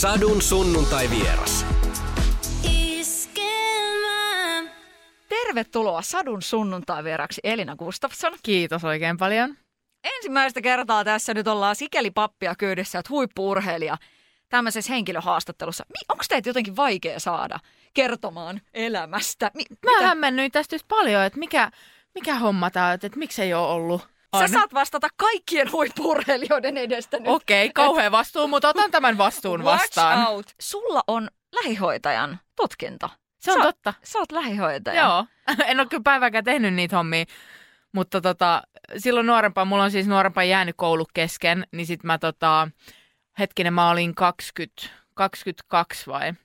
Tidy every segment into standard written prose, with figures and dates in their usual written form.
Sadun sunnuntai vieras. Tervetuloa Sadun sunnuntai vieraksi Elina Gustafsson. Kiitos oikein paljon. Ensimmäistä kertaa tässä nyt ollaan sikäli pappia kyydissä, että huippu-urheilija tämmöisessä henkilöhaastattelussa. Onko teitä jotenkin vaikea saada kertomaan elämästä? Mä hämmennyin tästä just paljon, että mikä homma tää, että miksi ei ole ollut. Sä saat vastata kaikkien huippu-urheilijoiden edestä nyt. Okei, kauhea vastuu, mutta otan tämän vastuun vastaan. Watch out. Sulla on lähihoitajan tutkinto. Se on totta. Sä oot lähihoitaja. Joo, en ole kyllä päivääkään tehnyt niitä hommia, mutta silloin mulla on siis nuorempaan jäänyt koulu kesken, niin sit mä mä olin 22 vai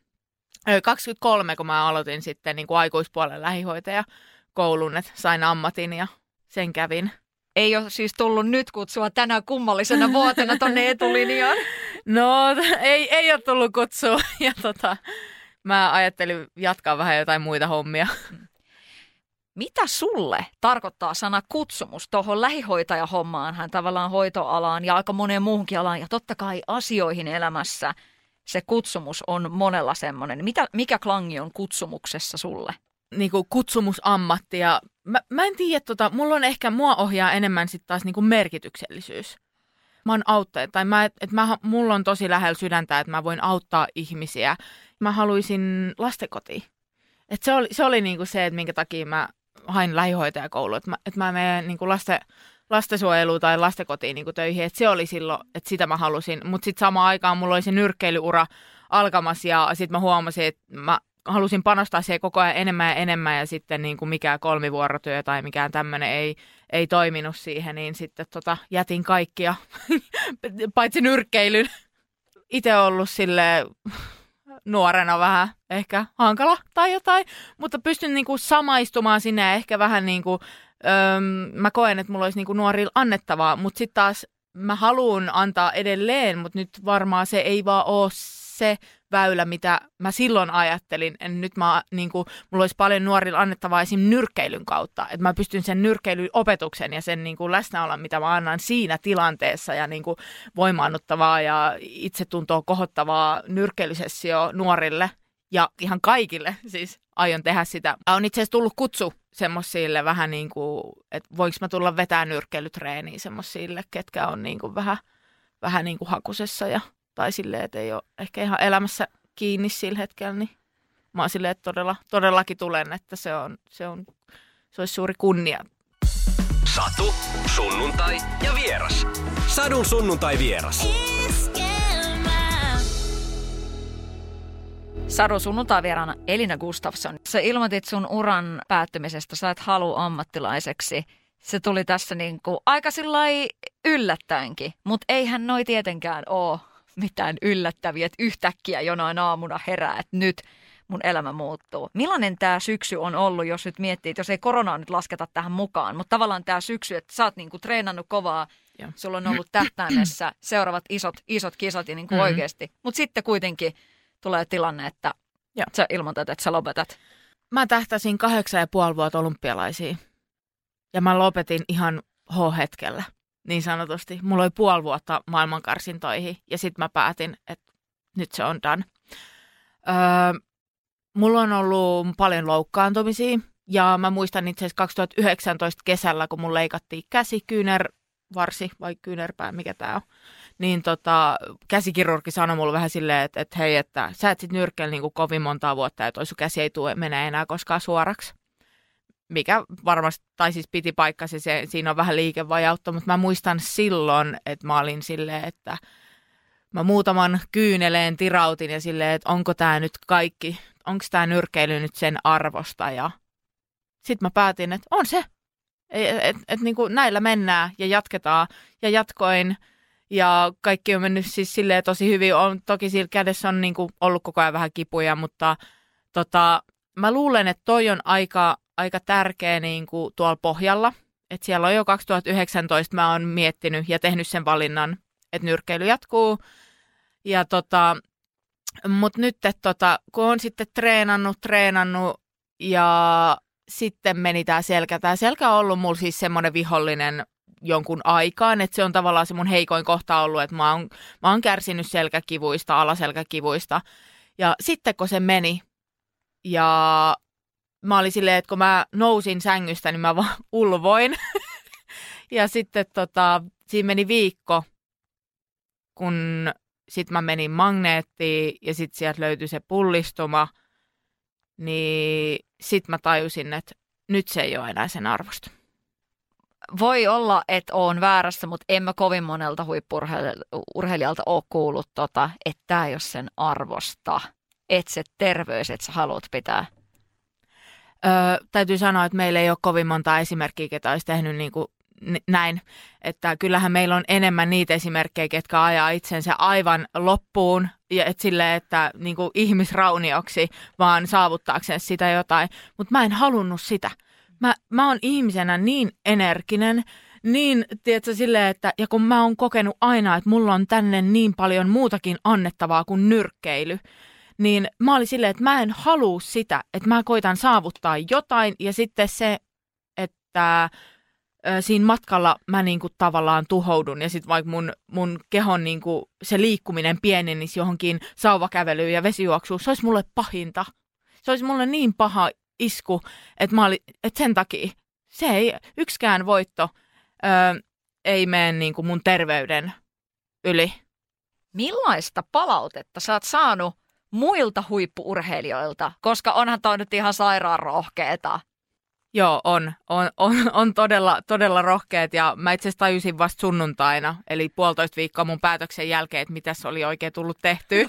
23, kun mä aloitin sitten niin kuin aikuispuolen lähihoitajakoulun, että sain ammatin ja sen kävin. Ei ole siis tullut nyt kutsua tänä kummallisena vuotena tonne etulinjaan? No, ei ole tullut kutsua ja mä ajattelin jatkaa vähän jotain muita hommia. Mitä sulle tarkoittaa sana kutsumus tuohon lähihoitajahommaan, hän tavallaan hoitoalaan ja aika moneen muuhunkin alaan ja totta kai asioihin elämässä se kutsumus on monella semmoinen. Mikä klangi on kutsumuksessa sulle? Niinku kutsumusammatti ja mä en tiedä, mua ohjaa enemmän sitten taas niinku merkityksellisyys. Mä oon auttaja, tai mulla on tosi lähellä sydäntä, että mä voin auttaa ihmisiä. Mä haluaisin lastenkotiin. Et se oli niinku se, että minkä takia mä hain lähihoitajakouluun, että mä menen niinku lastensuojeluun tai lastenkotiin niinku töihin. Et se oli silloin, että sitä mä halusin. Mutta sitten samaan aikaan mulla oli se nyrkkeilyura alkamassa ja sitten mä huomasin, että mä halusin panostaa siihen koko ajan enemmän ja enemmän ja sitten niin kuin mikään kolmivuorotyö tai mikään tämmöinen ei toiminut siihen, niin sitten jätin kaikkia, paitsi nyrkkeilyn. Itse ollut silleen nuorena vähän ehkä hankala tai jotain, mutta pystyn niin kuin samaistumaan sinne ja ehkä vähän niin kuin, mä koen, että mulla olisi niin kuin nuorilla annettavaa, mutta sitten taas mä haluan antaa edelleen, mutta nyt varmaan se ei vaan ole se väylä, mitä mä silloin ajattelin. Nyt mulla olisi paljon nuorilla annettavaa esim. Nyrkkeilyn kautta. Että mä pystyn sen nyrkkeilyn opetuksen ja sen läsnäolon, mitä mä annan siinä tilanteessa ja voimaannuttavaa ja itsetuntoa kohottavaa nyrkkeilysessio nuorille ja ihan kaikille siis aion tehdä sitä. On itse asiassa tullut kutsu semmoisille vähän että voinko mä tulla vetää nyrkkeilytreeniä semmoisille, ketkä on vähän hakusessa ja tai silleen, että ei ole ehkä ihan elämässä kiinni sillä hetkellä, niin mä oon silleen, että todellakin tulen, että se olisi suuri kunnia. Satu, sunnuntai ja vieras. Sadun sunnuntai vieras. Sadun sunnuntai vieraana Elina Gustafsson. Sä ilmoitit sun uran päättymisestä, sä et halua ammattilaiseksi. Se tuli tässä aika sillai yllättäenkin, mutta eihän noi tietenkään ole mitään yllättäviä, että yhtäkkiä jonain aamuna herää, että nyt mun elämä muuttuu. Millainen tämä syksy on ollut, jos nyt miettii, että jos ei koronaa nyt lasketa tähän mukaan, mutta tavallaan tämä syksy, että sä oot treenannut kovaa, sulla on ollut tähtäimessä seuraavat isot kisat ja oikeasti, mutta sitten kuitenkin tulee tilanne, että sä ilmoitat, että sä lopetat. Mä tähtäsin 8,5 vuotta olympialaisiin ja mä lopetin ihan H-hetkellä. Niin sanotusti. Mulla oli 5 vuotta maailmankarsintoihin ja sitten mä päätin, että nyt se on done. Mulla on ollut paljon loukkaantumisia ja mä muistan itse asiassa 2019 kesällä, kun mun leikattiin käsi, kyynärvarsi vai kyynärpää, mikä tää on. Niin käsikirurgi sanoi mulle vähän silleen, että hei, että sä et sit nyrkkeillä kovin montaa vuotta ja toi sun käsi ei mene enää koskaan suoraksi. Mikä varmasti, tai siis piti paikkansa, siinä on vähän liikevajautta, mutta mä muistan silloin, että mä olin silleen, että mä muutaman kyyneleen tirautin ja silleen, että onko tää nyt kaikki, onko tää nyrkkeily nyt sen arvosta ja sit mä päätin, että on se, että näillä mennään ja jatketaan ja jatkoin ja kaikki on mennyt siis silleen tosi hyvin, toki sillä kädessä on ollut koko ajan vähän kipuja, mutta mä luulen, että toi on aika tärkeä tuolla pohjalla. Että siellä on jo 2019 mä oon miettinyt ja tehnyt sen valinnan, että nyrkkeily jatkuu. Ja mut nyt, kun on sitten treenannut ja sitten meni tää selkä. Tää selkä on ollut mulla siis semmoinen vihollinen jonkun aikaan, että se on tavallaan se mun heikoin kohta ollut, että mä oon kärsinyt selkäkivuista, alaselkäkivuista. Ja sitten kun se meni ja mä olin silleen, että kun mä nousin sängystä, niin mä vaan ulvoin. Ja sitten siinä meni viikko, kun sitten mä menin magneettiin ja sitten sieltä löytyi se pullistuma, niin sitten mä tajusin, että nyt se ei ole enää sen arvosta. Voi olla, että oon väärässä, mutta en mä kovin monelta huippu-urheilijalta ole kuullut, että tämä ei ole sen arvosta. Että se terveys, että sä haluat pitää. Täytyy sanoa, että meillä ei ole kovin monta esimerkkiä, ketä olisi tehnyt niin kuin näin. Että kyllähän meillä on enemmän niitä esimerkkejä, ketkä ajaa itsensä aivan loppuun. Ja et silleen, että niin kuin ihmisraunioksi vaan saavuttaakseen sitä jotain. Mutta mä en halunnut sitä. Mä oon ihmisenä niin energinen, niin tiedätkö silleen, että ja kun mä oon kokenut aina, että mulla on tänne niin paljon muutakin annettavaa kuin nyrkkeily, niin mä olin silleen, että mä en halua sitä, että mä koitan saavuttaa jotain ja sitten se, että siinä matkalla mä niinku tavallaan tuhoudun ja sitten vaikka mun kehon niinku se liikkuminen pienenisi johonkin sauvakävelyyn ja vesijuoksuun, se olisi mulle pahinta. Se olisi mulle niin paha isku, että että sen takia se ei, yksikään voitto ei mene niinku mun terveyden yli. Millaista palautetta sä oot saanut muilta huippu-urheilijoilta, koska onhan toi nyt ihan sairaan rohkeeta. Joo, on todella, todella rohkeat ja mä itse asiassa tajusin vasta sunnuntaina, eli 1,5 viikkoa mun päätöksen jälkeen, että mitä se oli oikein tullut tehtyä.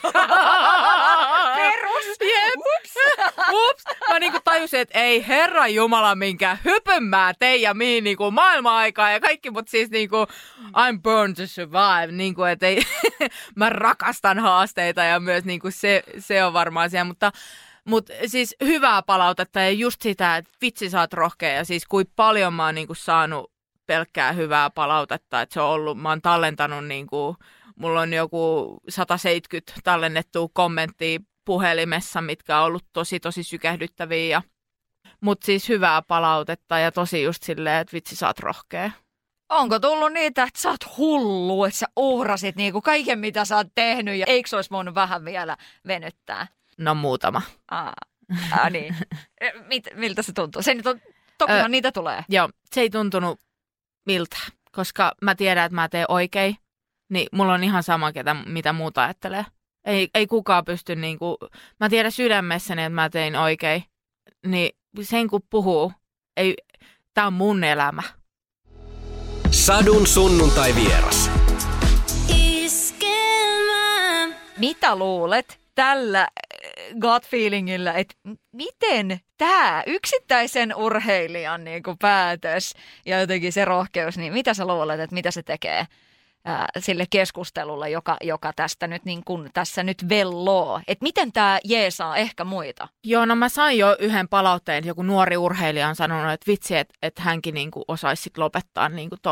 Perus! Jep. Ups! Mä niinku tajusin, että ei herra jumala minkä hypyn mä tein ja mihin niinku maailman-aikaan ja kaikki, mutta siis niinku I'm born to survive, niinku että ei, mä rakastan haasteita ja myös niinku se on varmaan siellä, mutta siis hyvää palautetta ja just sitä, että vitsi sä oot rohkea ja siis kuinka paljon mä oon niinku saanut pelkkää hyvää palautetta, että se on ollut, mä oon tallentanut niinku, mulla on joku 170 tallennettua kommenttia puhelimessa, mitkä on ollut tosi sykähdyttäviä. Mutta siis hyvää palautetta ja tosi just silleen, että vitsi sä oot rohkea. Onko tullut niitä, että sä oot hullu, että sä uhrasit niinku kaiken mitä sä oot tehnyt ja eikö se olisi voinut vähän vielä venyttää? No muutama. Niin. Miltä se tuntuu? Se nyt on, tokihan niitä tulee. Joo, se ei tuntunut miltä, koska mä tiedän, että mä teen oikein. Niin mulla on ihan sama, mitä muuta ajattelee. Ei kukaan pysty niinku, mä tiedän sydämessäni, että mä tein oikein. Niin sen kun puhuu, tää on mun elämä. Sadun sunnuntai vieras. Mitä luulet tällä gut feelingillä, että miten tämä yksittäisen urheilijan niinku päätös ja jotenkin se rohkeus, niin mitä sä luulet, että mitä se tekee sille keskustelulle, joka tästä nyt niin kuin tässä nyt velloo, että miten tämä jeesaa ehkä muita? Joo, no mä sain jo yhden palautteen, joku nuori urheilija on sanonut, että vitsi, että hänkin niin kuin osaisi sit lopettaa niin kuin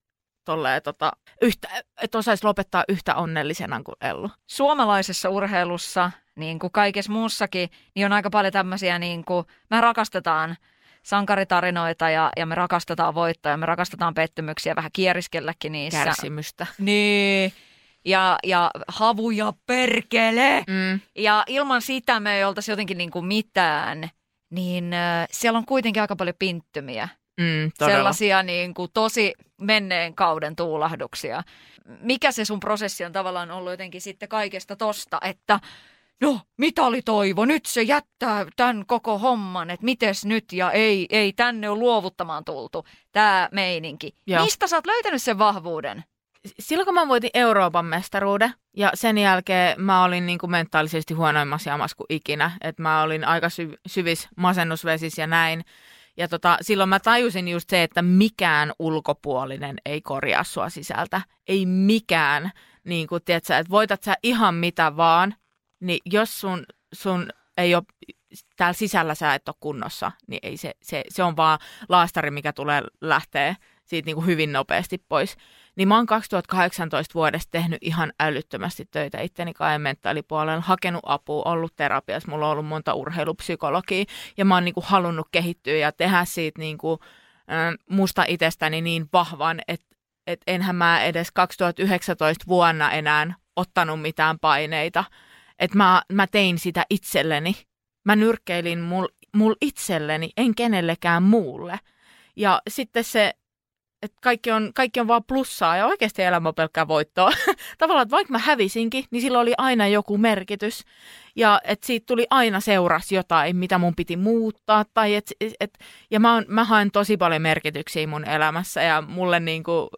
että osaisi lopettaa yhtä onnellisena kuin Ellu. Suomalaisessa urheilussa, niin kuin kaikessa muussakin, niin on aika paljon tämmöisiä, niin kuin, me rakastetaan sankaritarinoita ja me rakastetaan voittoja, me rakastetaan pettymyksiä, vähän kieriskelläkin niissä. Kärsimystä. Niin, ja havuja perkele. Ja ilman sitä me ei oltaisi jotenkin niin kuin mitään, niin siellä on kuitenkin aika paljon pinttymiä. Sellaisia niin kuin tosi menneen kauden tuulahduksia. Mikä se sun prosessi on tavallaan ollut jotenkin sitten kaikesta tosta, että no, mitalitoivo, nyt se jättää tämän koko homman, että mites nyt ja ei tänne ole luovuttamaan tultu, tämä meininki. Joo. Mistä sä oot löytänyt sen vahvuuden? Silloin kun mä voitin Euroopan mestaruuden ja sen jälkeen mä olin niin kuin mentaalisesti huonoimmassa jamassa kuin ikinä, että mä olin aika syvissä masennusvesissä ja näin. Ja silloin mä tajusin just se, että mikään ulkopuolinen ei korjaa sua sisältä. Ei mikään, niin kuin, tiedätkö, että voitat sä ihan mitä vaan, niin jos sun ei ole täällä sisällä sä et ole kunnossa, niin ei se on vaan laastari, mikä tulee lähteä siitä niin kuin hyvin nopeasti pois. Niin mä oon 2018 vuodesta tehnyt ihan älyttömästi töitä itteni ja mentaalipuolella, hakenut apua, ollut terapiassa, mulla on ollut monta urheilupsykologia ja mä oon niin kuin halunnut kehittyä ja tehdä siitä niin kuin, musta itsestäni niin vahvan, että enhän mä edes 2019 vuonna enää ottanut mitään paineita. Että mä tein sitä itselleni. Mä nyrkkeilin mul itselleni, en kenellekään muulle. Ja sitten se, että kaikki on vaan plussaa ja oikeasti elämä on pelkkää voittoa. Tavallaan, että vaikka mä hävisinkin, niin sillä oli aina joku merkitys. Ja että siitä tuli aina seurasi jotain, mitä mun piti muuttaa. Ja mä haen tosi paljon merkityksiä mun elämässä ja mulle niinku,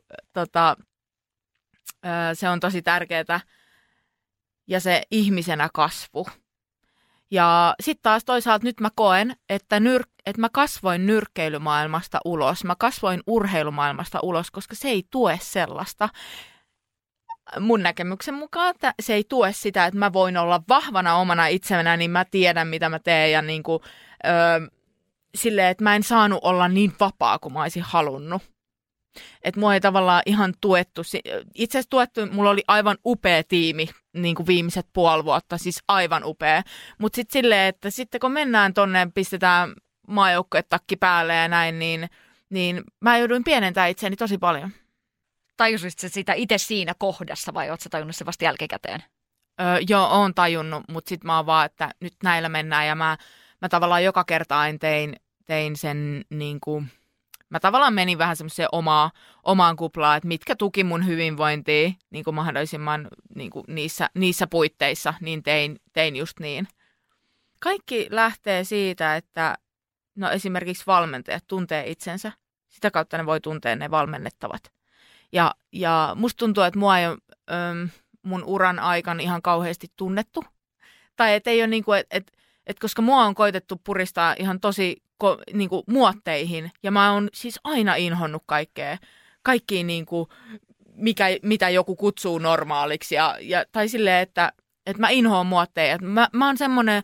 se on tosi tärkeää. Ja se ihmisenä kasvu. Ja sitten taas toisaalta nyt mä koen, että mä kasvoin nyrkkeilymaailmasta ulos, mä kasvoin urheilumaailmasta ulos, koska se ei tue sellaista. Mun näkemyksen mukaan että se ei tue sitä, että mä voin olla vahvana omana itsenä, niin mä tiedän mitä mä teen ja niinku, silleen, että mä en saanut olla niin vapaa kuin mä olisin halunnut. Että mua ei tavallaan ihan tuettu. Itse asiassa tuettu, mulla oli aivan upea tiimi niin kuin viimeiset puoli vuotta, siis aivan upea. Mutta sitten silleen, että sitten kun mennään tonne, pistetään maajoukkuetakki päälle ja näin, niin mä jouduin pienentämään itseäni tosi paljon. Tajusitko sitä itse siinä kohdassa vai ootko sä tajunnut se vasta jälkikäteen? Joo, oon tajunnut, mutta sitten mä oon vaan, että nyt näillä mennään ja mä tavallaan joka kerta aina tein sen niin kuin... Mä tavallaan menin vähän semmoiseen omaan kuplaan, että mitkä tuki mun hyvinvointia niin kuin mahdollisimman niin kuin niissä puitteissa, niin tein just niin. Kaikki lähtee siitä, että no esimerkiksi valmentajat tuntee itsensä. Sitä kautta ne voi tuntea ne valmennettavat. Ja musta tuntuu, että mua ei ole mun uran aikana ihan kauheasti tunnettu. Tai et ei ole niin kuin, että koska mua on koitettu puristaa ihan tosi niin kuin muotteihin, ja mä oon siis aina inhonnut kaikkiin niin kuin, mitä joku kutsuu normaaliksi, tai silleen, että mä inhoan muotteja. Mä oon semmoinen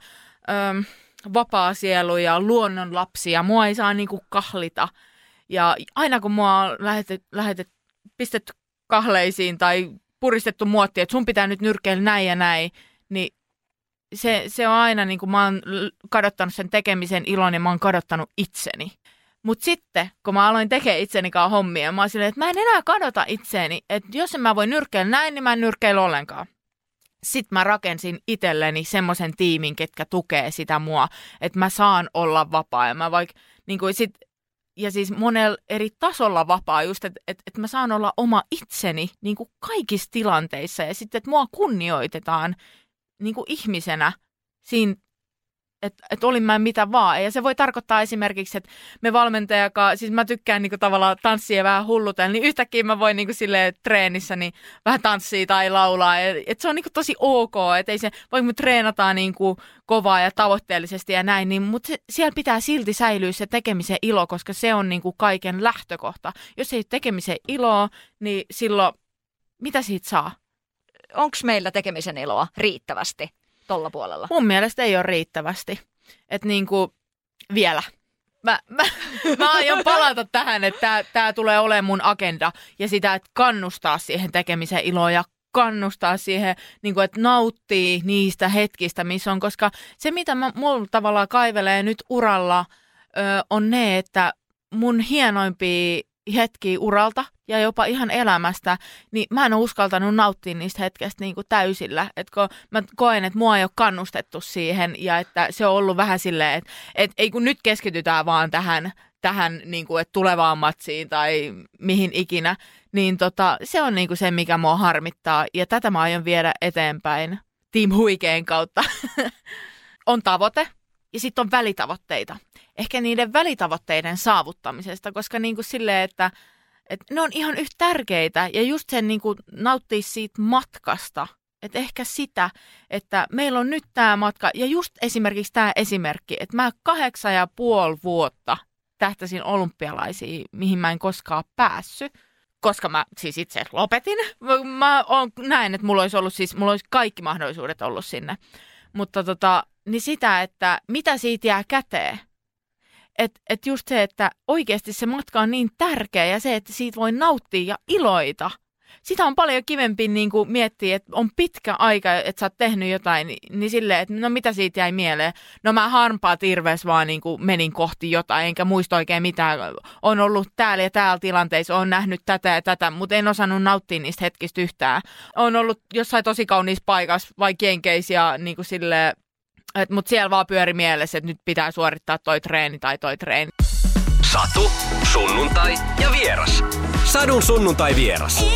vapaa sielu ja luonnon lapsi, ja mua ei saa niin kuin kahlita. Ja aina kun mua on pistetty kahleisiin tai puristettu muottiin, että sun pitää nyt nyrkkeillä näin ja näin, niin se on aina, niin kuin mä oon kadottanut sen tekemisen ilon ja mä oon kadottanut itseni. Mutta sitten, kun mä aloin tekemään itseni kanssa hommia, mä oon silleen, että mä en enää kadota itseni. Että jos en mä voi nyrkkeillä näin, niin mä en nyrkkeillä ollenkaan. Sitten mä rakensin itselleni semmoisen tiimin, ketkä tukee sitä mua, että mä saan olla vapaa. Ja mä niin kuin ja siis monella eri tasolla vapaa just, että mä saan olla oma itseni niin kuin kaikissa tilanteissa. Ja sitten, että mua kunnioitetaan niin kuin ihmisenä siinä, että olin mä mitä vaan. Ja se voi tarkoittaa esimerkiksi, että me valmentajakaan, siis mä tykkään niin kuin tavallaan tanssia vähän hullutella, niin yhtäkkiä mä voin niin kuin silleen treenissä niin vähän tanssia tai laulaa. Että se on niin kuin tosi ok, että ei se, vaikka me treenataan niin kuin kovaa ja tavoitteellisesti ja näin, niin, mutta siellä pitää silti säilyä se tekemisen ilo, koska se on niin kuin kaiken lähtökohta. Jos ei ole tekemisen iloa, niin silloin mitä siitä saa? Onko meillä tekemisen iloa riittävästi tolla puolella? Mun mielestä ei ole riittävästi. Että niinku vielä. Mä aion palata tähän, että tää tulee olemaan mun agenda. Ja sitä, että kannustaa siihen tekemisen iloa ja kannustaa siihen, niinku, että nauttii niistä hetkistä, missä on. Koska se, mitä mulla tavallaan kaivelee nyt uralla, on ne, että mun hienoimpia hetkiä uralta ja jopa ihan elämästä, niin mä en ole uskaltanut nauttia niistä hetkestä niin kuin täysillä. Et kun mä koen, että mua ei ole kannustettu siihen ja että se on ollut vähän silleen, että ei kun nyt keskitytään vaan tähän niin kuin, että tulevaan matsiin tai mihin ikinä, niin se on niin kuin se, mikä mua harmittaa ja tätä mä aion viedä eteenpäin Team Huikeen kautta. On tavoite ja sitten on välitavoitteita. Ehkä niiden välitavoitteiden saavuttamisesta, koska niin kuin silleen, että ne on ihan yhtä tärkeitä ja just sen niin kuin nauttia siitä matkasta. Että ehkä sitä, että meillä on nyt tämä matka ja just esimerkiksi tämä esimerkki, että mä 8,5 vuotta tähtäsin olympialaisiin, mihin mä en koskaan päässyt, koska mä siis itse lopetin. Mä näen, että mulla olisi kaikki mahdollisuudet ollut sinne. Mutta niin sitä, että mitä siitä jää käteen. Että just se, että oikeasti se matka on niin tärkeä ja se, että siitä voi nauttia ja iloita. sitä on paljon kivempi niin kuin miettiä, että on pitkä aika, että sä oot tehnyt jotain, niin silleen, että no mitä siitä jäi mieleen? No mä harmpaat irves vaan niin kuin menin kohti jotain, enkä muista oikein mitään. On ollut täällä ja täällä tilanteissa, on nähnyt tätä ja tätä, mutta en osannut nauttia niistä hetkistä yhtään. On ollut jossain tosi kauniissa paikassa, vaikka Jenkeissä niin kuin silleen, mutta siellä vaan pyöri mielessä, että nyt pitää suorittaa toi treeni tai toi treeni. Satu, sunnuntai ja vieras. Sadun sunnuntai vieras.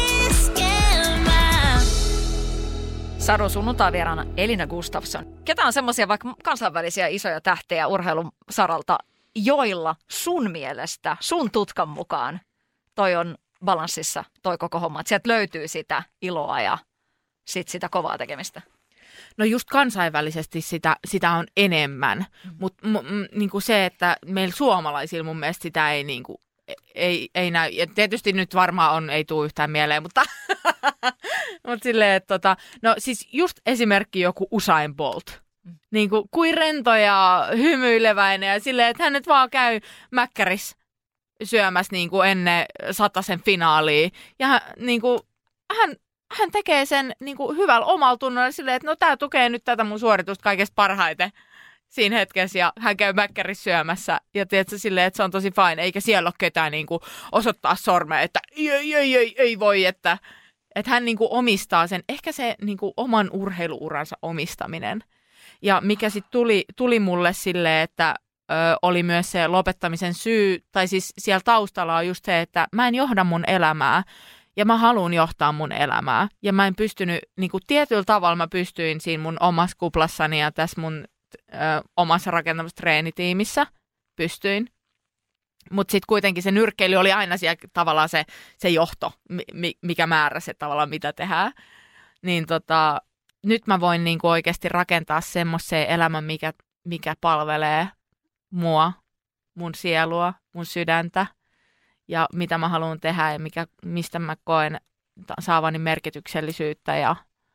Sadun sunnuntai vieraana Elina Gustafsson. Ketä on semmoisia vaikka kansainvälisiä isoja tähtejä urheilun saralta, joilla sun mielestä, sun tutkan mukaan, toi on balanssissa toi koko homma? Että sieltä löytyy sitä iloa ja sitä kovaa tekemistä. No just kansainvälisesti sitä on enemmän, mutta niinku se, että meillä suomalaisilla mun mielestä sitä ei, niinku, ei näy. Ja tietysti nyt varmaan ei tule yhtään mieleen, mutta silleen, että no siis just esimerkki joku Usain Bolt. Niinku, kuin rento ja hymyileväinen ja silleen, että hän nyt vaan käy mäkkärissä syömässä niinku ennen 100 finaalia. Ja niinku, hän tekee sen niin kuin hyvällä omalla tunnolla silleen, että no tää tukee nyt tätä mun suoritusta kaikesta parhaiten siinä hetkessä. Ja hän käy mäkkärissä syömässä ja tiedätkö silleen, että se on tosi fine. Eikä siellä ole ketään niin kuin osoittaa sormea, että ei voi, että hän niin kuin omistaa sen. Ehkä se niin kuin oman urheiluuransa omistaminen. Ja mikä sitten tuli mulle silleen, että oli myös se lopettamisen syy, tai siis siellä taustalla on just se, että mä en johda mun elämää. Ja mä haluan johtaa mun elämää. Ja mä en pystynyt, niin kuin tietyllä tavalla mä pystyin siinä mun omassa kuplassani ja tässä mun omassa rakentamassa treenitiimissä. Pystyin. Mutta sitten kuitenkin se nyrkkeily oli aina siellä tavallaan se johto, mikä määräsi tavallaan mitä tehdään. Niin nyt mä voin niin kuin oikeasti rakentaa semmoisen elämän, mikä palvelee mua, mun sielua, mun sydäntä. Ja mitä mä haluan tehdä ja mistä mä koen saavani merkityksellisyyttä ja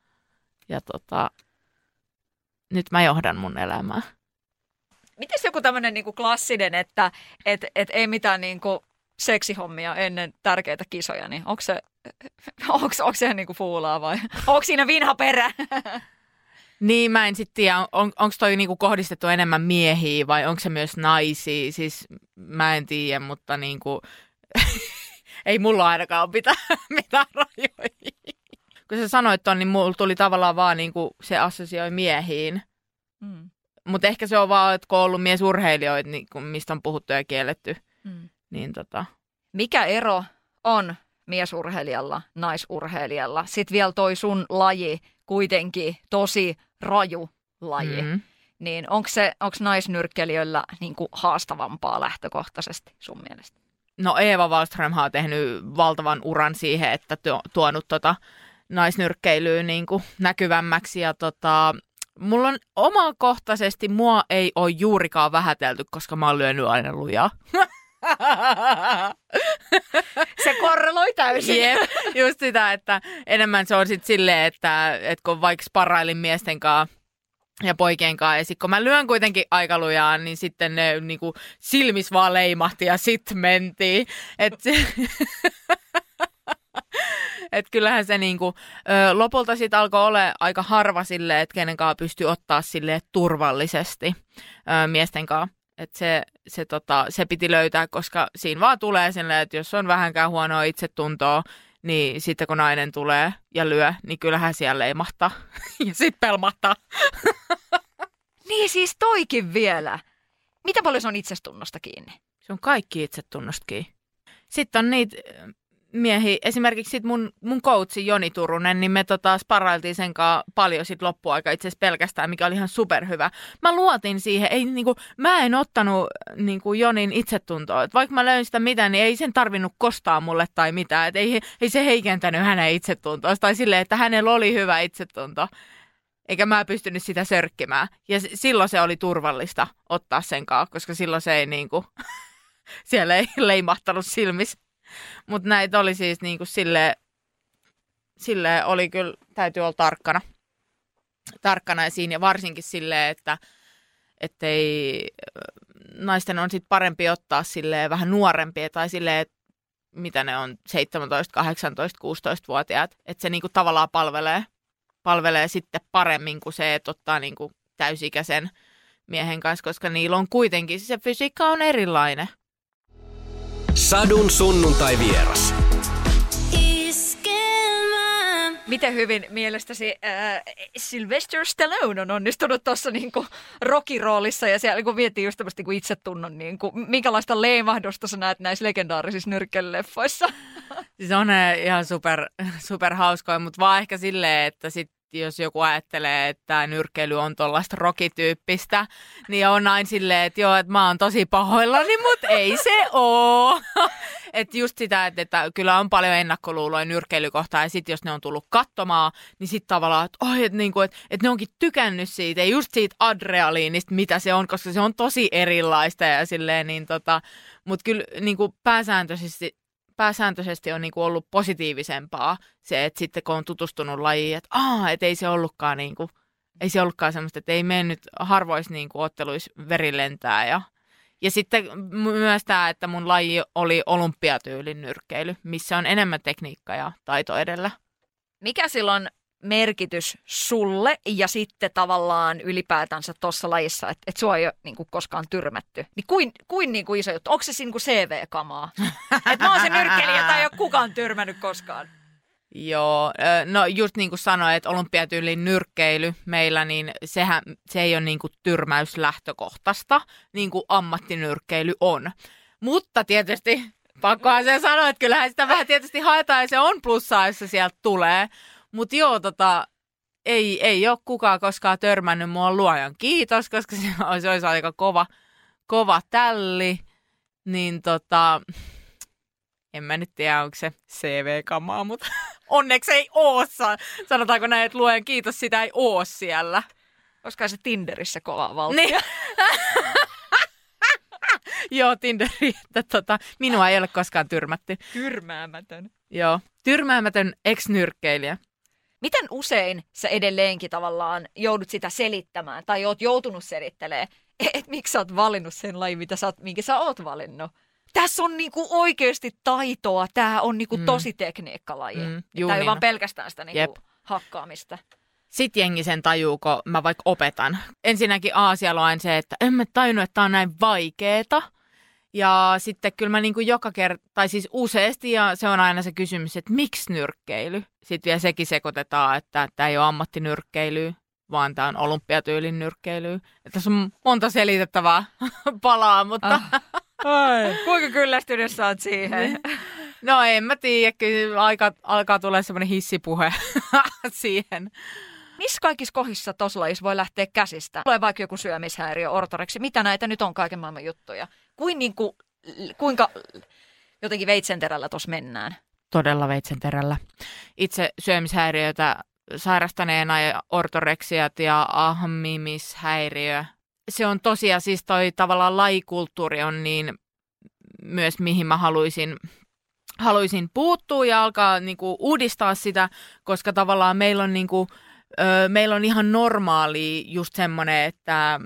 nyt mä johdan mun elämää. Mites joku tämmöinen niinku klassinen, että ei mitään niinku seksihommia ennen tärkeitä kisoja, niin onko se niinku fuulaa vai onko siinä vinha perä? Niin, mä en sitten tiedä, onko toi niinku kohdistettu enemmän miehiä vai onko se myös naisia, siis mä en tiedä, mutta niinku ei mulla ainakaan ole mitään rajoja. Kun sä sanoit ton, niin mulla tuli tavallaan vaan niinku se assosioi miehiin. Mutta ehkä se on vaan, että kun on ollut miesurheilijoita, niin mistä on puhuttu ja kielletty. Niin Mikä ero on miesurheilijalla, naisurheilijalla? Sitten vielä toi sun laji kuitenkin tosi raju laji. Niin onko naisnyrkkelijöillä niinku haastavampaa lähtökohtaisesti sun mielestä? No Eeva Wallström on tehnyt valtavan uran siihen, että tuonut naisnyrkkeilyä niinku näkyvämmäksi. Ja mulla on omakohtaisesti, mua ei ole juurikaan vähätelty, koska mä oon lyönyt aina lujaa. Se korreloi täysin. Jep, just sitä, että enemmän se on sitten silleen, että kun vaikka sparrailin miesten kanssa ja poikien kanssa, ja sitten kun mä lyön kuitenkin aika lujaa, niin sitten ne niinku silmis vaan leimahti ja sitten mentiin. Et kyllähän se niinku, lopulta sitten alkoi olla aika harva silleen, että kenen kanssa pystyy ottaa silleen turvallisesti miesten kanssa. Että se piti löytää, koska siinä vaan tulee silleen, että jos on vähänkään huonoa itsetuntoa, niin sitten kun nainen tulee ja lyö, niin kyllähän siellä leimahtaa ja sitten pelmahtaa. Niin siis toikin vielä. Mitä paljon se on itsetunnosta kiinni? Se on kaikki itsetunnosta kiinni. Sitten on niitä miehiä, esimerkiksi sit mun coachi Joni Turunen, niin me sparrailtiin sen kanssa paljon sit loppuaika itse asiassa pelkästään, mikä oli ihan superhyvä. Mä luotin siihen, mä en ottanut Jonin itsetuntoa. Et vaikka mä löin sitä mitään, niin ei sen tarvinnut kostaa mulle tai mitään. Et ei se heikentänyt hänen itsetuntoa. Tai silleen, että hänellä oli hyvä itsetunto. Eikä mä pystynyt sitä sörkkimään. Ja silloin se oli turvallista ottaa sen kanssa, koska silloin se ei siellä ei leimahtanut silmissä. Mutta näitä oli siis silleen oli kyllä, täytyy olla tarkkana ja siinä ja varsinkin silleen, että ettei naisten on sit parempi ottaa silleen vähän nuorempia tai silleen, että mitä ne on, 17, 18, 16-vuotiaat, että se niinku tavallaan palvelee sitten paremmin kuin se, että ottaa niinku täysikäisen miehen kanssa, koska niillä on kuitenkin, se fysiikka on erilainen. Sadun sunnuntai vieras. Miten hyvin mielestäsi Sylvester Stallone on onnistunut tuossa niinku Rocky-roolissa ja siellä kun miettii just tämmöistä niinku itsetunnon, niinku, minkälaista leimahdusta sä näet näissä legendaarisissa nyrkkelyleffoissa? Siis on ihan super hauskoja, mutta vaan ehkä silleen, että jos joku ajattelee, että tämä nyrkkeily on tuollaista Rocky-tyyppistä, niin on aina silleen, että joo, että mä oon tosi pahoillani, mutta ei se oo. Että just sitä, että kyllä on paljon ennakkoluuloja nyrkkeilykohtaa, ja sitten jos ne on tullut katsomaan, niin sitten tavallaan, että ne onkin tykännyt siitä, ja just siitä adrealiinista, mitä se on, koska se on tosi erilaista, ja silleen, niin mutta kyllä niin kuin pääsääntöisesti on niinku ollut positiivisempaa se, että sitten kun on tutustunut lajiin, että ei se ollutkaan semmoista, että ei mennyt harvoissa niinku otteluissa veri lentää. Ja sitten myös tämä, että mun laji oli olympiatyylin nyrkkeily, missä on enemmän tekniikka ja taito edellä. Mikä silloin merkitys sulle ja sitten tavallaan ylipäätänsä tuossa lajissa, että sua ei ole niinku koskaan tyrmätty? Niin kuin niinku iso juttu? Onko se niinku CV-kamaa? Että mä oon se nyrkkeilijä, jota ei ole kukaan tyrmännyt koskaan. Joo, no just niin kuin sanoin, että olympiatyylin nyrkkeily meillä, niin se ei ole niin kuin tyrmäyslähtökohtaista, niin kuin ammattinyrkkeily on. Mutta tietysti pakkohan se sanoa, että kyllähän sitä vähän tietysti haetaan ja se on plussaa, jos se sieltä tulee. Mutta joo, ei ole kukaan koskaan törmännyt mua, luojan kiitos, koska se olisi aika kova tälli. Niin en mä nyt tiedä, onko se CV-kamaa, mutta onneksi ei oo. Sanotaanko näin, että luojan kiitos, sitä ei oo siellä. Koska se Tinderissä kova valtia. Niin. Joo, Tinderi, että minua ei ole koskaan tyrmätty. Tyrmäämätön. Joo, tyrmäämätön ex-nyrkkeilijä. Miten usein sä edelleenkin tavallaan joudut sitä selittämään tai oot joutunut selittelemään, että miksi sä oot valinnut sen lajin, minkä sä oot valinnut? Tässä on niinku oikeasti taitoa, tää on niinku tosi tekniikkalaji. Tämä ei ole vaan pelkästään sitä niinku hakkaamista. Sitten jengi sen tajuu, kun mä vaikka opetan. Ensinnäkin siellä on aina se, että en mä tajunnut, että tää on näin vaikeeta. Ja sitten kyllä mä niinku joka kerta, tai siis useasti, ja se on aina se kysymys, että miksi nyrkkeily? Sitten vielä sekin sekoitetaan, että tämä ei ole ammattinyrkkeilyä, vaan tämä on olympiatyylin nyrkkeilyä. Tässä on monta selitettävää palaa, mutta... Kuinka kyllästynyt sä oot siihen? No en mä tiedä, kyllä alkaa tulla semmoinen hissipuhe siihen. Missä kaikissa kohdissa tuossa lajissa voi lähteä käsistä? Tulee vaikka joku syömishäiriö, ortoreksi, mitä näitä nyt on kaiken maailman juttuja? Kuinka jotenkin veitsenterällä tuossa mennään? Todella veitsenterällä. Itse syömishäiriöitä sairastaneena ja ortoreksiat ja ahmimishäiriö. Se on tosiaan siis toi tavallaan lajikulttuuri on niin myös mihin mä haluaisin puuttua ja alkaa niinku uudistaa sitä, koska tavallaan meillä on ihan normaali just semmoinen, että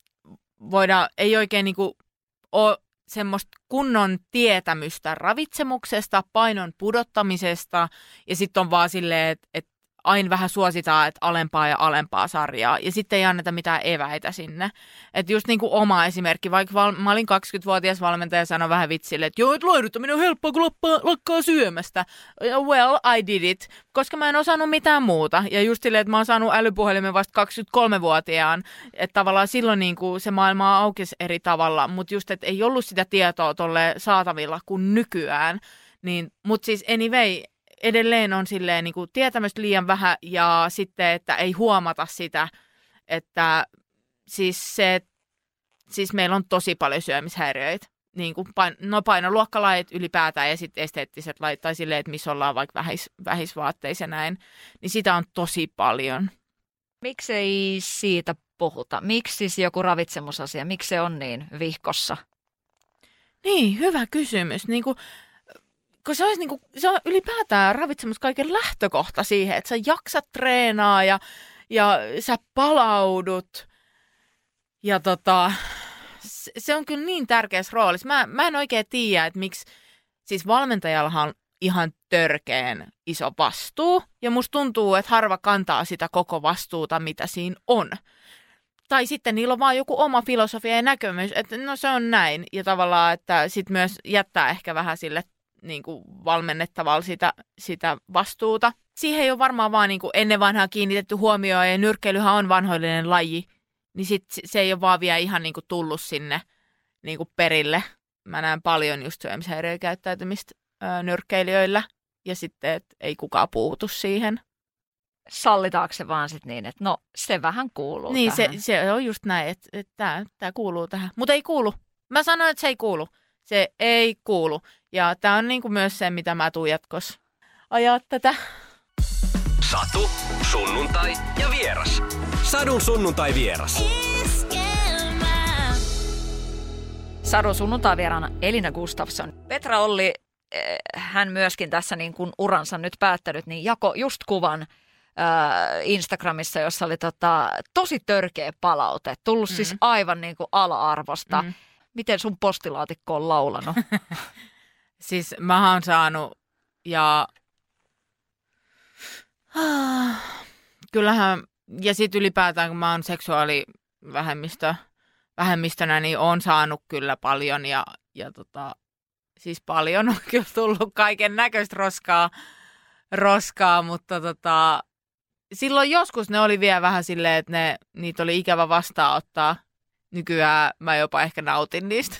ei oikein niinku ole semmoista kunnon tietämystä ravitsemuksesta, painon pudottamisesta ja sitten on vaan silleen, että aina vähän suositaan, että alempaa ja alempaa sarjaa ja sitten ei anneta mitään eväitä sinne. Että just niin kuin oma esimerkki, vaikka mä olin 20-vuotias valmentaja ja sanoin vähän vitsille, että joo, että laiduttaminen on helppoa, kun lakkaa syömästä. Well, I did it, koska mä en osannut mitään muuta. Ja just silleen, että mä oon saanut älypuhelimen vasta 23-vuotiaan, että tavallaan silloin niin kuin se maailma aukesi eri tavalla, mutta just, että ei ollut sitä tietoa tolle saatavilla kuin nykyään. Mutta siis anyway, edelleen on silleen niin kuin tietämystä liian vähän ja sitten, että ei huomata sitä, että siis meillä on tosi paljon syömishäiriöitä. Niin kuin painoluokkalajit ylipäätään ja sitten esteettiset lajit tai silleen, että missä ollaan vaikka vähisvaatteissa ja näin, niin sitä on tosi paljon. Miksi ei siitä puhuta? Miksi siis joku ravitsemusasia, miksi se on niin vihkossa? Niin, hyvä kysymys. Niin kuin, kun se on ylipäätään ravitsemus kaiken lähtökohta siihen, että sä jaksat treenaa ja sä palaudut. Ja se on kyllä niin tärkeässä roolissa. Mä en oikein tiedä, että miksi siis valmentajallahan on ihan törkeen iso vastuu, ja musta tuntuu, että harva kantaa sitä koko vastuuta, mitä siinä on. Tai sitten niillä on vaan joku oma filosofia ja näkemys, että no se on näin. Ja tavallaan, että sitten myös jättää ehkä vähän sille niin kuin valmennettavalle sitä vastuuta. Siihen ei ole varmaan vaan niin kuin ennen vanhaa kiinnitetty huomioon, ja nyrkkeilyhän on vanhoillinen laji, niin sit se ei ole vaan vielä ihan niin kuin tullut sinne niin kuin perille. Mä näen paljon just syömishäiriökäyttäytymistä nyrkkeilijöillä, ja sitten, että ei kukaan puutu siihen. Sallitaanko se vaan sitten niin, että no se vähän kuuluu niin, tähän? se on just näin, että tämä kuuluu tähän. Mutta ei kuulu. Mä sanoin, että se ei kuulu. Se ei kuulu. Ja tämä on niinku myös se, mitä mä tuun jatkossa ajaa tätä. Satu, sunnuntai ja vieras. Sadun sunnuntai vieras. Sadun sunnuntai vieraana Elina Gustafsson. Petra Olli, hän myöskin tässä niin kuin uransa nyt päättänyt, niin jako just kuvan Instagramissa, jossa oli tosi törkeä palaute. Tullut siis aivan niin kuin ala-arvosta. Miten sun postilaatikko on laulanut? Siis mä oon saanut ja kyllähän, ja sit ylipäätään kun mä oon seksuaalivähemmistönä, niin oon saanut kyllä paljon ja siis paljon on kyllä tullut kaiken näköistä roskaa, mutta silloin joskus ne oli vielä vähän silleen, että niitä oli ikävä vastaanottaa. Nykyään mä jopa ehkä nautin niistä.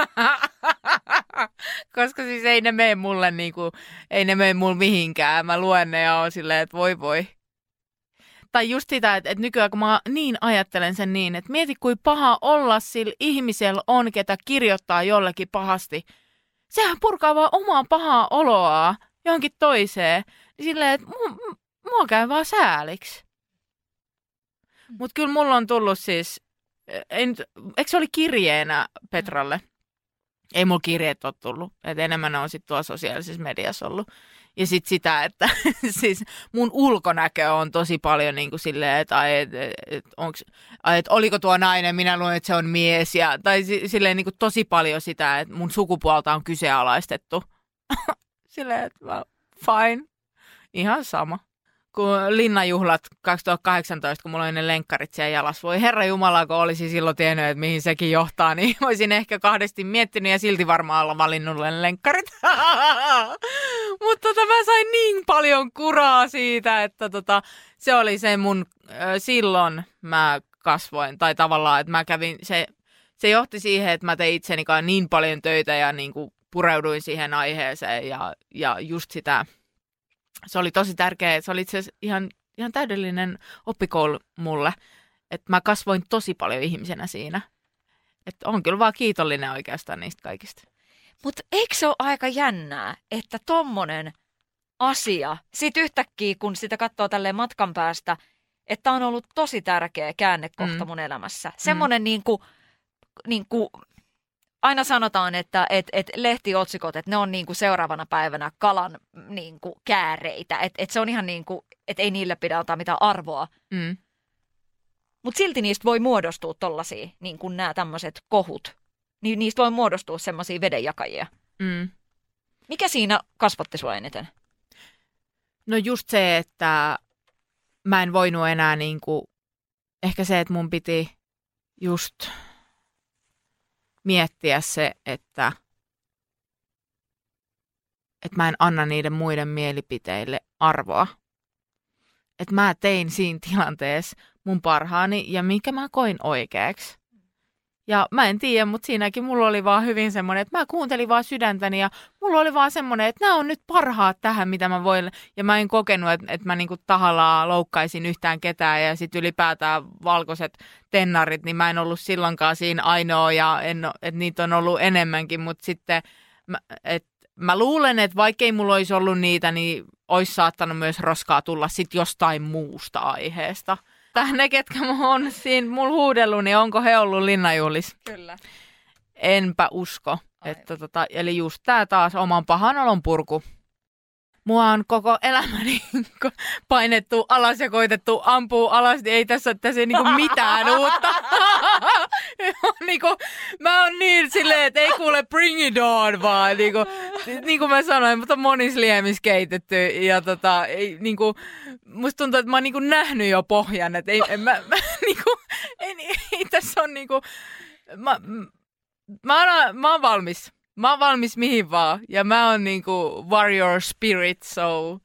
Koska siis ei ne mene mulle mihinkään. Mä luen ne ja oon silleen, että voi. Tai just sitä, että nykyään kun mä niin ajattelen sen niin, että mieti kuin paha olla sillä ihmisellä on, ketä kirjoittaa jollekin pahasti. Sehän purkaa vaan omaa pahaa oloa johonkin toiseen. Niin silleen, että mua käy vaan sääliksi. Mut kyllä mulla on tullut siis, eikö se oli kirjeenä Petralle? Ei mulla kirjeet ole tullut. Et enemmän ne on sitten tuolla sosiaalisessa mediassa ollut. Ja sitten sitä, että siis mun ulkonäkö on tosi paljon niin kuin silleen, että oliko tuo nainen, minä luulen, että se on mies. Tai silleen niin kuin tosi paljon sitä, että mun sukupuolta on kyseenalaistettu. Silleen, että fine, ihan sama. Kun Linnanjuhlat 2018, kun mulla oli ne lenkkarit siellä jalassa, voi herra jumala, kun olisin silloin tiennyt, että mihin sekin johtaa, niin olisin ehkä kahdesti miettinyt ja silti varmaan olla valinnut ne lenkkarit. Mutta mä sain niin paljon kuraa siitä, että se oli se mun, silloin mä kasvoin, tai tavallaan, että mä kävin, se johti siihen, että mä tein itseni niin paljon töitä ja niin kuin pureuduin siihen aiheeseen ja just sitä. Se oli tosi tärkeää. Se oli itse asiassa ihan täydellinen oppikoulu mulle. Että mä kasvoin tosi paljon ihmisenä siinä. Että on kyllä vaan kiitollinen oikeastaan niistä kaikista. Mutta eikö se ole aika jännää, että tommonen asia, sit yhtäkkiä kun sitä katsoo tälleen matkan päästä, että on ollut tosi tärkeä käännekohta mun elämässä. Semmoinen niinku aina sanotaan, että lehtiotsikot, että ne on niinku seuraavana päivänä kalan niinku kääreitä. Että se on ihan niinku, että ei niille pidä antaa mitään arvoa. Mutta silti niistä voi muodostua tollaisia, niin kuin nämä tämmöiset kohut. Niin niistä voi muodostua semmoisia vedenjakajia. Mikä siinä kasvatti sua eniten? No just se, että mä en voinut enää niinku, ehkä se, että mun piti just miettiä se, että mä en anna niiden muiden mielipiteille arvoa. Että mä tein siinä tilanteessa mun parhaani ja mikä mä koin oikeaksi. Ja mä en tiedä, mutta siinäkin mulla oli vaan hyvin semmoinen, että mä kuuntelin vaan sydäntäni ja mulla oli vaan semmoinen, että nämä on nyt parhaat tähän, mitä mä voin. Ja mä en kokenut, että mä niinku tahallaan loukkaisin yhtään ketään ja sitten ylipäätään valkoiset tennarit, niin mä en ollut silloinkaan siinä ainoa ja että niitä on ollut enemmänkin. Mutta sitten mä luulen, että vaikkei mulla olisi ollut niitä, niin olisi saattanut myös roskaa tulla sitten jostain muusta aiheesta. Ne, ketkä on siinä mulla huudellut, niin onko he ollut Linnanjuhlissa? Kyllä. Enpä usko. Että eli just tää taas oman pahan olon purku. Mua on koko elämäni painettu alas ja koitettu ampua alas, niin ei tässä niinku mitään uutta. Mä oon niin silleen, että ei kuule bring it on, vaan niinku, niin kuin mä sanoin, mutta on monisliemissä keitetty ja niin kuin, musta tuntuu, että mä oon niin kuin nähnyt jo pohjan, että niin kuin, ei tässä on niin kuin, mä oon valmis. Mä oon valmis mihin vaan ja mä oon niin kuin warrior spirit, so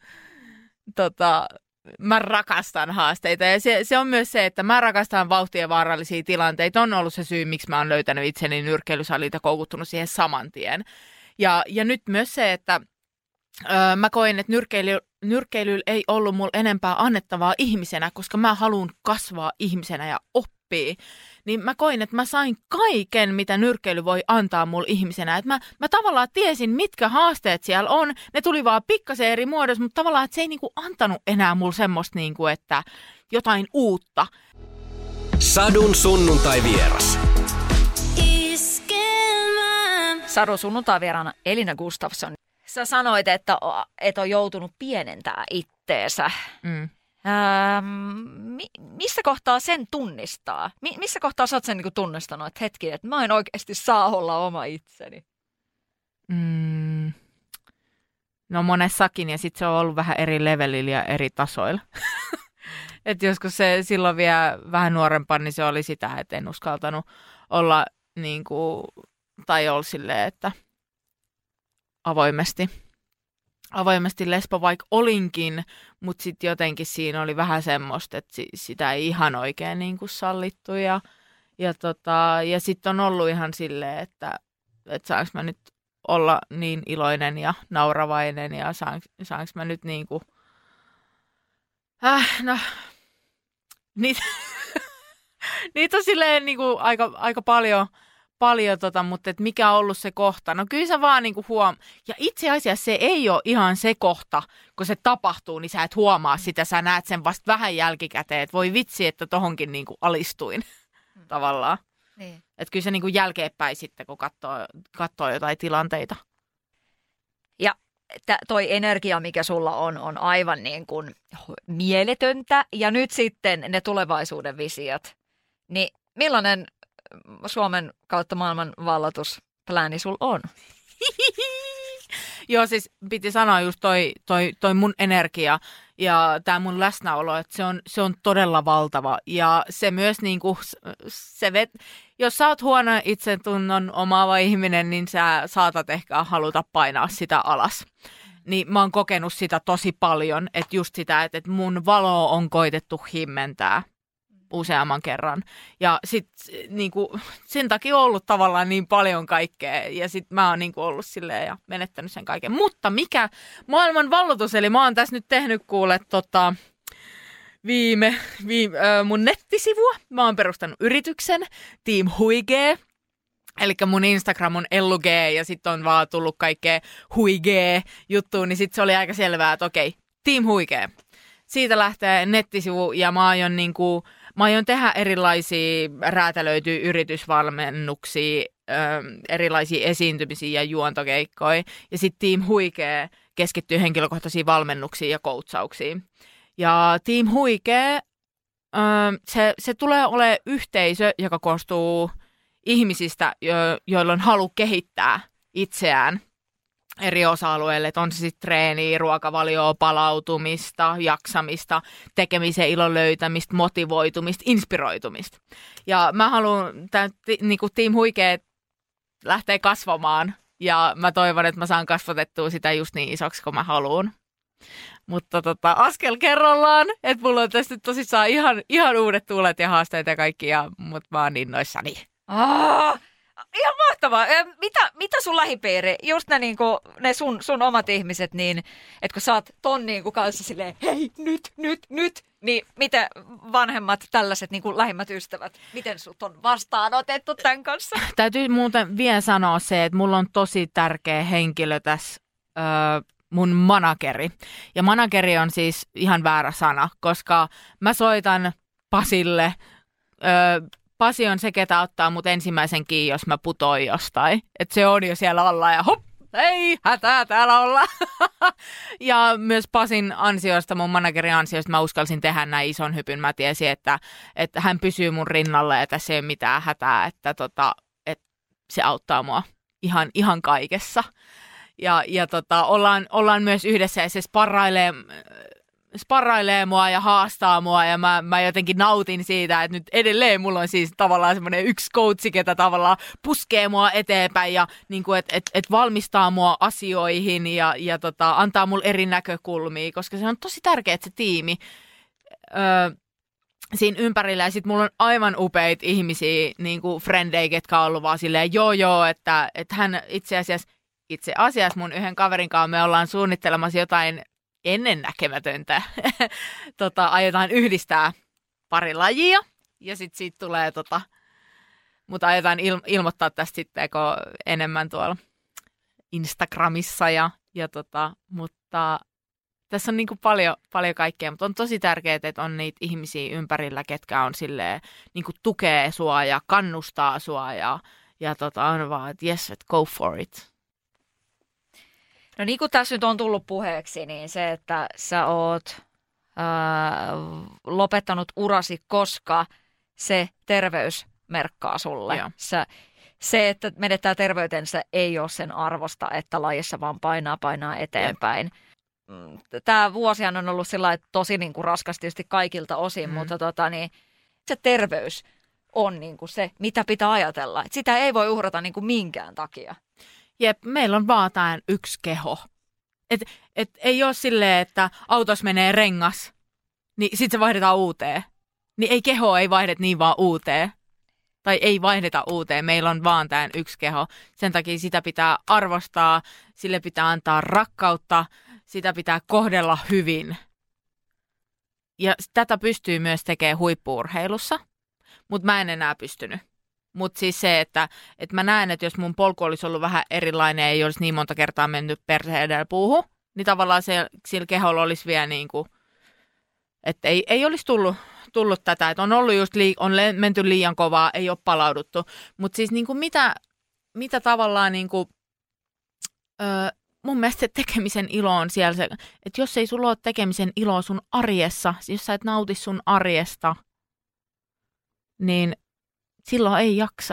mä rakastan haasteita ja se on myös se, että mä rakastan vauhtia ja vaarallisia tilanteita. On ollut se syy, miksi mä oon löytänyt itseni nyrkkeilysalilta ja koukuttunut siihen saman tien. Ja nyt myös se, että mä koen, että nyrkkeilyllä ei ollut mulla enempää annettavaa ihmisenä, koska mä haluan kasvaa ihmisenä ja oppia. Niin mä koin, että mä sain kaiken, mitä nyrkkeily voi antaa mulle ihmisenä. Että mä tavallaan tiesin, mitkä haasteet siellä on. Ne tuli vaan pikkasen eri muodossa, mutta tavallaan, että se ei niinku antanut enää mulle semmoista, niinku, että jotain uutta. Sadun sunnuntai vieras. Sadun sunnuntai vieraana Elina Gustafsson. Sä sanoit, että et ole joutunut pienentää itteensä. Missä kohtaa sen tunnistaa? Missä kohtaa sä oot sen niin tunnistanut, että hetki, että mä en oikeasti saa olla oma itseni? No monessakin, ja sitten se on ollut vähän eri levelillä ja eri tasoilla. Että joskus se silloin vielä vähän nuorempana, niin se oli sitä, että en uskaltanut olla niin kuin, tai olla silleen, että avoimesti lesbo, vaikka olinkin, mutta sitten jotenkin siinä oli vähän semmoista, että sitä ei ihan oikein niin kuin sallittu. Ja sitten on ollut ihan silleen, että saanko mä nyt olla niin iloinen ja nauravainen ja saanko mä nyt niin kuin, niitä on silleen niin kuin aika paljon, mutta et mikä on ollut se kohta? No kyllä sä vaan niinku ja itse asiassa se ei ole ihan se kohta, kun se tapahtuu, niin sä et huomaa sitä, sä näet sen vasta vähän jälkikäteen, että voi vitsi, että tohonkin niinku alistuin tavallaan. Niin. Että kyllä se niinku jälkeenpäin sitten, kun katsoo jotain tilanteita. Ja toi energia, mikä sulla on aivan niin kuin mieletöntä, ja nyt sitten ne tulevaisuuden visiot. Niin millainen Suomen kautta maailman vallatusplääni sul on? Joo, siis piti sanoa just toi mun energia ja tää mun läsnäolo, että se on todella valtava. Ja se myös niinku, jos sä oot huono itsetunnon omaava ihminen, niin sä saatat ehkä haluta painaa sitä alas. Niin mä oon kokenut sitä tosi paljon, että just sitä, että mun valoa on koitettu himmentää useamman kerran. Ja sitten niinku, sen takia on ollut tavallaan niin paljon kaikkea. Ja sitten mä oon niinku ollut silleen ja menettänyt sen kaiken. Mutta mikä maailman valloitus, eli mä oon tässä nyt tehnyt kuule mun nettisivua. Mä oon perustanut yrityksen, Team Huigee. Eli mun Instagram on ellugee ja sitten on vaan tullut kaikkea huigee juttua, niin sitten se oli aika selvää, että okei, Team Huigee. Siitä lähtee nettisivu ja mä aion tehdä erilaisia räätälöityjä yritysvalmennuksia, erilaisia esiintymisiä ja juontokeikkoja. Ja sitten Team Huigee keskittyy henkilökohtaisiin valmennuksiin ja koutsauksiin. Ja Team Huigee, se tulee olemaan yhteisö, joka koostuu ihmisistä, joilla on halu kehittää itseään eri osa-alueille, että on se sitten treeniä, ruokavalioa, palautumista, jaksamista, tekemisen ilon löytämistä, motivoitumista, inspiroitumista. Ja mä haluan, niinku Team Huigee lähtee kasvamaan ja mä toivon, että mä saan kasvatettua sitä just niin isoksi kuin mä haluan. Mutta askel kerrallaan, että mulla on tässä nyt tosissaan ihan uudet tuulet ja haasteet ja kaikki, mutta mä oon innoissani. Ihan mahtavaa. Mitä sun lähipiiri, just ne sun omat ihmiset, niin että kun sä oot ton kanssa silleen, hei, nyt, niin miten vanhemmat tällaiset lähimmät ystävät, miten sut on vastaanotettu tämän kanssa? Täytyy muuten vielä sanoa se, että mulla on tosi tärkeä henkilö tässä, mun manageri. Ja manageri on siis ihan väärä sana, koska mä soitan Pasille, Pasi on se, ketä ottaa mut ensimmäisen kiinni, jos mä putoin jostain. Että se on jo siellä alla ja hop, ei, hätää täällä olla. Ja myös Pasin ansiosta, mun managerin ansiosta mä uskalsin tehdä näin ison hypyn. Mä tiesin, että hän pysyy mun rinnalla ja tässä ei ole mitään hätää, että se auttaa mua ihan kaikessa. Ja ollaan myös yhdessä ja se sparrailee mua ja haastaa mua ja mä jotenkin nautin siitä, että nyt edelleen mulla on siis tavallaan semmoinen yksi coachi, ketä tavallaan puskee mua eteenpäin ja niin kuin, et valmistaa mua asioihin ja antaa mulle eri näkökulmia, koska se on tosi tärkeää, että se tiimi siinä ympärillä. Ja sit mulla on aivan upeita ihmisiä, niin kuin frendejä, ketkä on ollut vaan silleen että hän itse asiassa mun yhden kaverin kanssa me ollaan suunnittelemassa jotain ennennäkemätöntä. Aiotaan yhdistää pari lajia ja sitten siitä tulee, mutta aiotaan ilmoittaa tästä sitten enemmän tuolla Instagramissa mutta tässä on niinku paljon kaikkea, mutta on tosi tärkeää, että on niitä ihmisiä ympärillä, ketkä on silleen, niinku tukee sua ja kannustaa sua ja on vaan, että yes, go for it. No niin kuin tässä nyt on tullut puheeksi, niin se, että sä oot lopettanut urasi, koska se terveys merkkaa sulle. Se, että menettää terveytensä, ei ole sen arvosta, että lajissa vaan painaa eteenpäin. Tämä vuosihan on ollut sillä lailla tosi niin kuin raskas tietysti kaikilta osin, mutta se terveys on niin kuin se, mitä pitää ajatella. Et sitä ei voi uhrata niin kuin minkään takia. Jep, meillä on vaan tämä yksi keho. Et ei ole silleen, että autossa menee rengas, niin sitten se vaihdetaan uuteen. Niin ei kehoa ei vaihdeta niin vaan uuteen. Tai ei vaihdeta uuteen, meillä on vaan tämä yksi keho. Sen takia sitä pitää arvostaa, sille pitää antaa rakkautta, sitä pitää kohdella hyvin. Ja tätä pystyy myös tekemään huippu-urheilussa, mutta mä en enää pystynyt. Mutta siis se, että mä näen, että jos mun polku olisi ollut vähän erilainen ja ei olisi niin monta kertaa mennyt perse edellä puuhun, niin tavallaan sillä keholla olisi vielä niin kuin, että ei olisi tullut tätä. Että on ollut just on menty liian kovaa, ei ole palauduttu. Mutta siis niin kuin mitä tavallaan niin kuin, mun mielestä se tekemisen ilo on siellä se, että jos ei sulla ole tekemisen iloa sun arjessa, jos sä et nauti sun arjesta, niin silloin ei jaksa.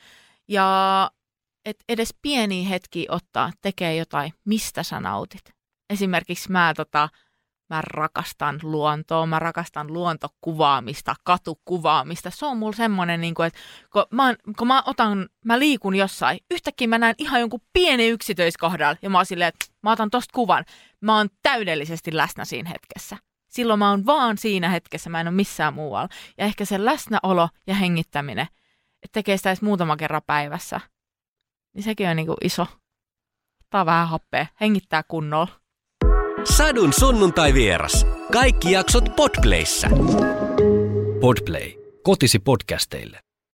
Ja et edes pieniä hetkiä ottaa, tekee jotain, mistä sä nautit. Esimerkiksi mä rakastan luontoa, mä rakastan luontokuvaamista, katukuvaamista. Se on mulla semmoinen, niin kuin, että kun mä liikun jossain, yhtäkkiä mä näen ihan jonkun pienen yksityiskohdalla ja mä oon silleen, että mä otan tosta kuvan. Mä oon täydellisesti läsnä siinä hetkessä. Silloin mä oon vaan siinä hetkessä, mä en ole missään muualla. Ja ehkä se läsnäolo ja hengittäminen, että tekee sitä edes muutama kerran päivässä, niin sekin on niin kuin iso. Tää vähän happea, hengittää kunnolla. Sadun sunnuntai vieras. Kaikki jaksot Podplayssä. Podplay. Kotisi podcasteille.